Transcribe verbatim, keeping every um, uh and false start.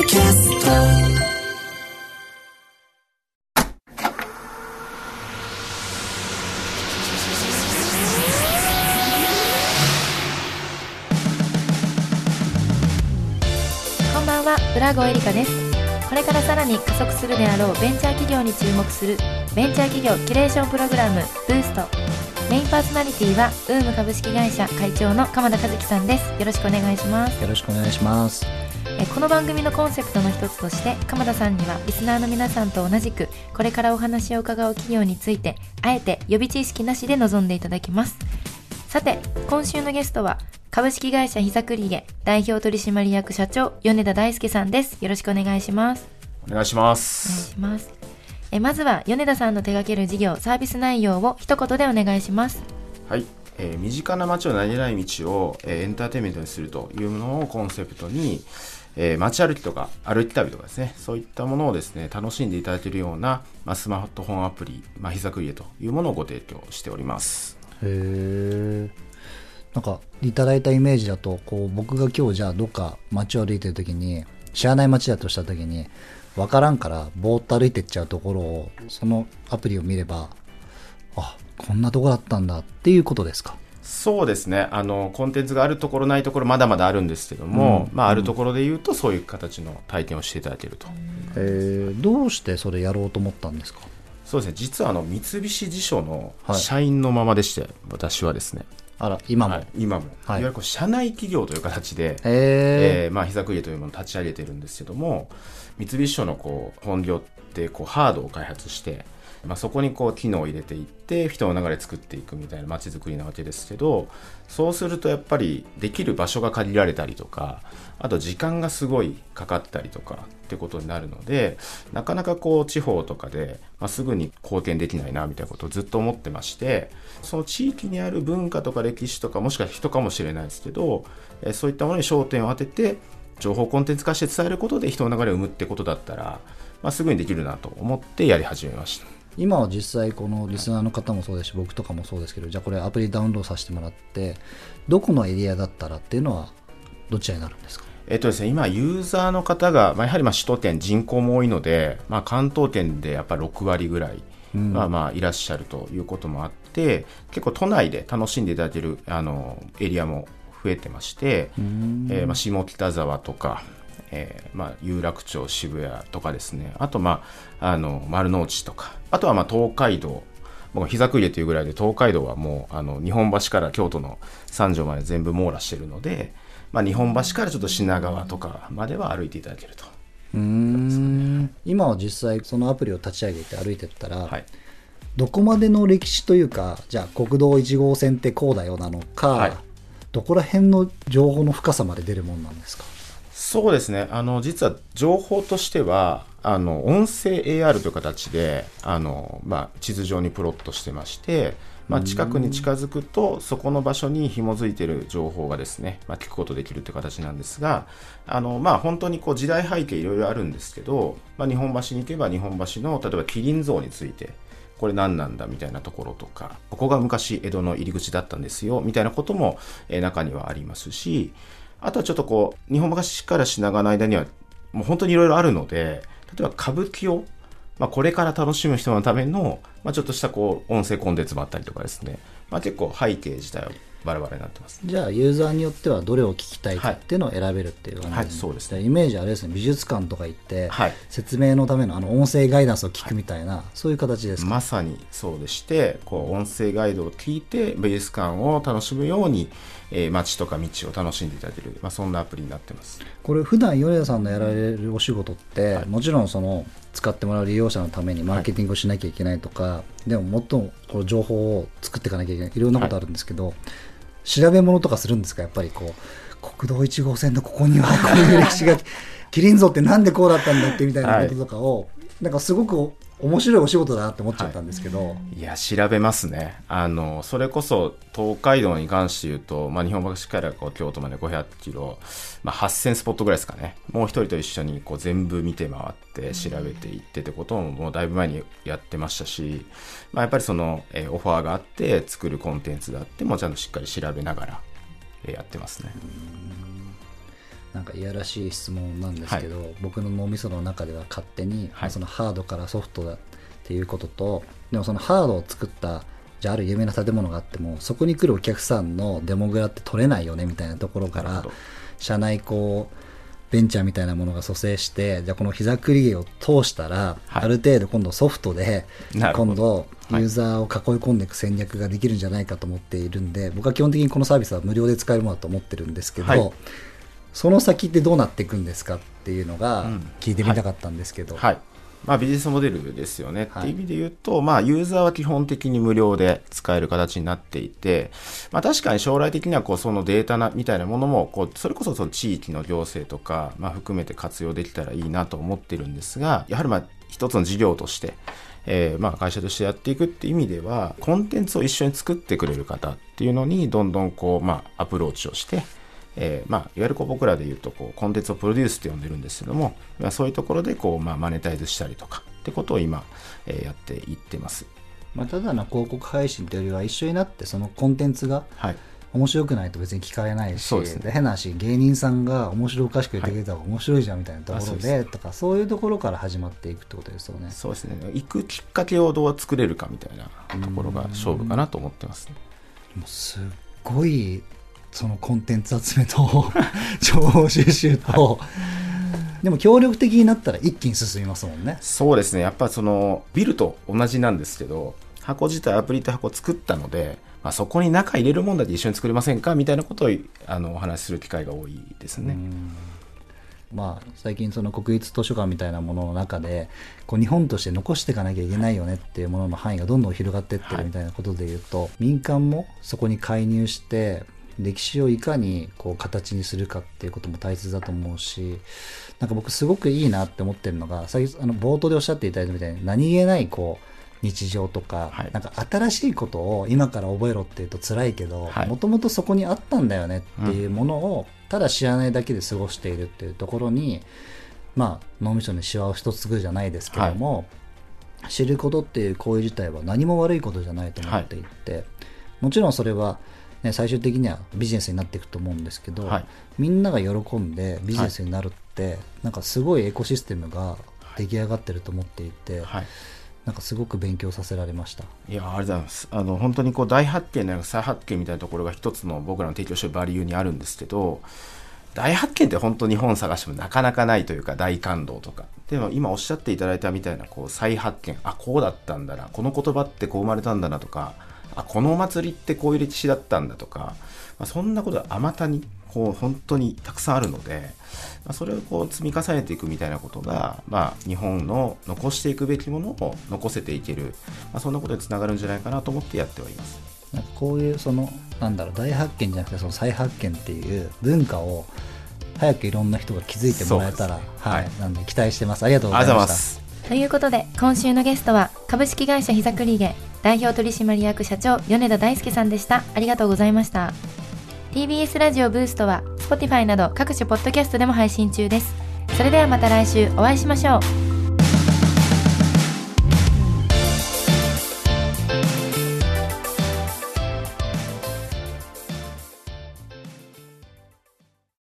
キャストこんばんは、浦郷エリカです。これからさらに加速するであろうベンチャー企業に注目するベンチャー企業キュレーションプログラムブースト。メインパーソナリティはウーム株式会社会長の鎌田和樹さんです。よろしくお願いします。 よろしくお願いします。 えこの番組のコンセプトの一つとして鎌田さんにはリスナーの皆さんと同じくこれからお話を伺う企業についてあえて予備知識なしで臨んでいただきます。さて今週のゲストは株式会社ひさくりげ代表取締役社長米田大輔さんです。よろしくお願いします。 お願いします。 お願いします。えまずは米田さんの手掛ける事業サービス内容を一言でお願いします。 はい、えー、身近な街を何気ない道を、えー、エンターテインメントにするというのをコンセプトに、えー、街歩きとか歩き旅とかですね、そういったものをですね楽しんでいただけるような、まあ、スマートフォンアプリ、まあ、ひさくりげというものをご提供しております。 へー、なんかいただいたイメージだとこう僕が今日じゃあどっか街を歩いてる時に知らない街だとした時に分からんからぼーっと歩いてっちゃうところをそのアプリを見ればあこんなとこだったんだっていうことですか。 そうですね、あのコンテンツがあるところないところまだまだあるんですけども、うんまあ、あるところでいうとそういう形の体験をしていただけると。 えー、どうしてそれやろうと思ったんですか。 そうですね、実はあの三菱地所の社員のままでして、はい、私はですねあら今も、はい、 今も、はい、いわゆるこう社内企業という形で、 えーえーまあ、ひさくりげというものを立ち上げてるんですけども、三菱地所のこう本業ってこうハードを開発して、まあ、そこにこう機能を入れていって人の流れ作っていくみたいな街づくりなわけですけど、そうするとやっぱりできる場所が限られたりとか、あと時間がすごいかかったりとかってことになるので、なかなかこう地方とかで、まあ、すぐに貢献できないなみたいなことをずっと思ってまして、その地域にある文化とか歴史とかもしかしたら人かもしれないですけど、えそういったものに焦点を当てて情報コンテンツ化して伝えることで人の流れを生むってことだったら、まあ、すぐにできるなと思ってやり始めました。 今は実際このリスナーの方もそうですし、僕とかもそうですけど、じゃあこれアプリダウンロードさせてもらってどこのエリアだったらっていうのはどちらになるんですか。 えっとですね、今ユーザーの方が、まあ、やはりまあ首都圏人口も多いので、まあ、関東圏でやっぱりろくわりぐらい、うんまあ、まあいらっしゃるということもあって、結構都内で楽しんでいただけるあのエリアも増えてまして、えーまあ、下北沢とか、えーまあ、有楽町渋谷とかですね、あと、まあ、あの丸の内とか、あとはまあ東海道、僕はひさくりげというぐらいで東海道はもうあの日本橋から京都の三条まで全部網羅しているので、まあ、日本橋からちょっと品川とかまでは歩いていただけると。 うーん今は実際そのアプリを立ち上げて歩いてったら、はい、どこまでの歴史というか、じゃあ国道いち号線ってこうだよなのか、はい、どこら辺の情報の深さまで出るもんなんですか。 そうですね、あの実は情報としてはあの音声 エーアール という形であの、まあ、地図上にプロットしてまして、まあ、近くに近づくとそこの場所に紐づいている情報がですね、まあ、聞くことできるという形なんですが、あの、まあ、本当にこう時代背景いろいろあるんですけど、まあ、日本橋に行けば日本橋の例えば麒麟像についてこれ何なんだみたいなところとか、ここが昔江戸の入り口だったんですよみたいなことも、えー、中にはありますし、あとはちょっとこう日本橋から品川の間にはもう本当にいろいろあるので、例えば歌舞伎を、まあ、これから楽しむ人のための、まあ、ちょっとしたこう音声コンテンツもあったりとかですね、まあ、結構背景自体はバラバラになってます。 じゃあユーザーによってはどれを聞きたいかっていうのを選べるっていう感じ、 はいはい、そうですね。 イメージあれですね、美術館とか行って、 はい、 説明のためのあの音声ガイダンスを聞くみたいな、はい、そういう形ですか。 まさにそうでして、こう音声ガイドを聞いて美術館を楽しむように、えー、街とか道を楽しんでいただける、まあ、そんなアプリになってます。これ普段米田さんのやられるお仕事って、はい、もちろんその使ってもらう利用者のためにマーケティングをしなきゃいけないとか、はい、でももっとこう情報を作っていかなきゃいけない、いろんなことあるんですけど、はい、調べ物とかするんですか。やっぱりこう国道いち号線のここにはこういう歴史が麒麟像ってなんでこうだったんだってみたいなこととかを、はい、なんかすごく面白いお仕事だなって思っちゃったんですけど、 はい、いや調べますね。あのそれこそ東海道に関して言うと、まあ、日本橋からこう京都までごひゃくキロ、まあ、はっせんスポットぐらいですかね。もう一人と一緒にこう全部見て回って調べていってってことももうだいぶ前にやってましたし、まあ、やっぱりその、えー、オファーがあって作るコンテンツがあってもちゃんとしっかり調べながら、えー、やってますね。 なんかいやらしい質問なんですけど、はい、僕の脳みその中では勝手に、はい、そのハードからソフトだっていうことと、でもそのハードを作ったじゃあある有名な建物があってもそこに来るお客さんのデモグラって取れないよねみたいなところから社内こうベンチャーみたいなものが蘇生して、じゃあこの膝くり芸を通したら、はい、ある程度今度ソフトで今度ユーザーを囲い込んでいく戦略ができるんじゃないかと思っているんで、はい、僕は基本的にこのサービスは無料で使えるものだと思ってるんですけど、はい、その先ってどうなっていくんですかっていうのが聞いてみたかったんですけど、 うんはいはい、まあ、ビジネスモデルですよね、はい、っていう意味で言うと、まあ、ユーザーは基本的に無料で使える形になっていて、まあ、確かに将来的にはこうそのデータなみたいなものもこうそれこそその地域の行政とか、まあ、含めて活用できたらいいなと思ってるんですが、やはりまあ一つの事業として、えー、まあ会社としてやっていくっていう意味ではコンテンツを一緒に作ってくれる方っていうのにどんどんこう、まあ、アプローチをしてえーまあ、いわゆるこう僕らでいうとこうコンテンツをプロデュースって呼んでるんですけども、まあ、そういうところでこう、まあ、マネタイズしたりとかってことを今、えー、やっていってます、 まあ、ただの広告配信というよりは一緒になってそのコンテンツが面白くないと別に聞かれないし、はい、で変な話芸人さんが面白おかしく言ってくれた方が面白いじゃんみたいなところで、はい、とかそういうところから始まっていくってことですよね。 そうですね、行くきっかけをどう作れるかみたいなところが勝負かなと思ってますね。 もうすっごいそのコンテンツ集めと情報収集と、はい、でも協力的になったら一気に進みますもんね。 そうですね、やっぱそのビルと同じなんですけど、箱自体アプリって箱作ったので、まあ、そこに中入れるもんだけ一緒に作れませんかみたいなことをあのお話しする機会が多いですね。 うんまあ、最近その国立図書館みたいなものの中でこう日本として残していかなきゃいけないよねっていうものの範囲がどんどん広がっていってるみたいなことでいうと、はい、民間もそこに介入して歴史をいかにこう形にするかっていうことも大切だと思うし、なんか僕すごくいいなって思ってるのが、先あの冒頭でおっしゃっていただいたみたいに何気ないこう日常とか、はい、なんか新しいことを今から覚えろっていうと辛いけど、もともとそこにあったんだよねっていうものをただ知らないだけで過ごしているっていうところに、まあ脳みそにシワを一つぐじゃないですけども、はい、知ることっていう行為自体は何も悪いことじゃないと思っていて、はい、もちろんそれはね、最終的にはビジネスになっていくと思うんですけど、はい、みんなが喜んでビジネスになるって、はい、なんかすごいエコシステムが出来上がってると思っていて、はい、なんかすごく勉強させられました。 いや、ありがとうございます。あの本当にこう大発見や再発見みたいなところが一つの僕らの提供しているバリューにあるんですけど、大発見って本当日本探してもなかなかないというか、大感動とかでも今おっしゃっていただいたみたいなこう再発見、あこうだったんだな、この言葉ってこう生まれたんだなとか、あこのお祭りってこういう歴史だったんだとか、まあ、そんなことはあまたにこう本当にたくさんあるので、まあ、それをこう積み重ねていくみたいなことが、まあ、日本の残していくべきものを残せていける、まあ、そんなことにつながるんじゃないかなと思ってやってはいます。 なんかこういうそのなんだろう大発見じゃなくてその再発見っていう文化を早くいろんな人が気づいてもらえたら、はいはい、なんで期待してます。ありがとうございました。 ということで今週のゲストは株式会社膝栗毛代表取締役社長米田大輔さんでした。ありがとうございました。 ティービーエス ラジオブーストは Spotify など各種ポッドキャストでも配信中です。それではまた来週お会いしましょう。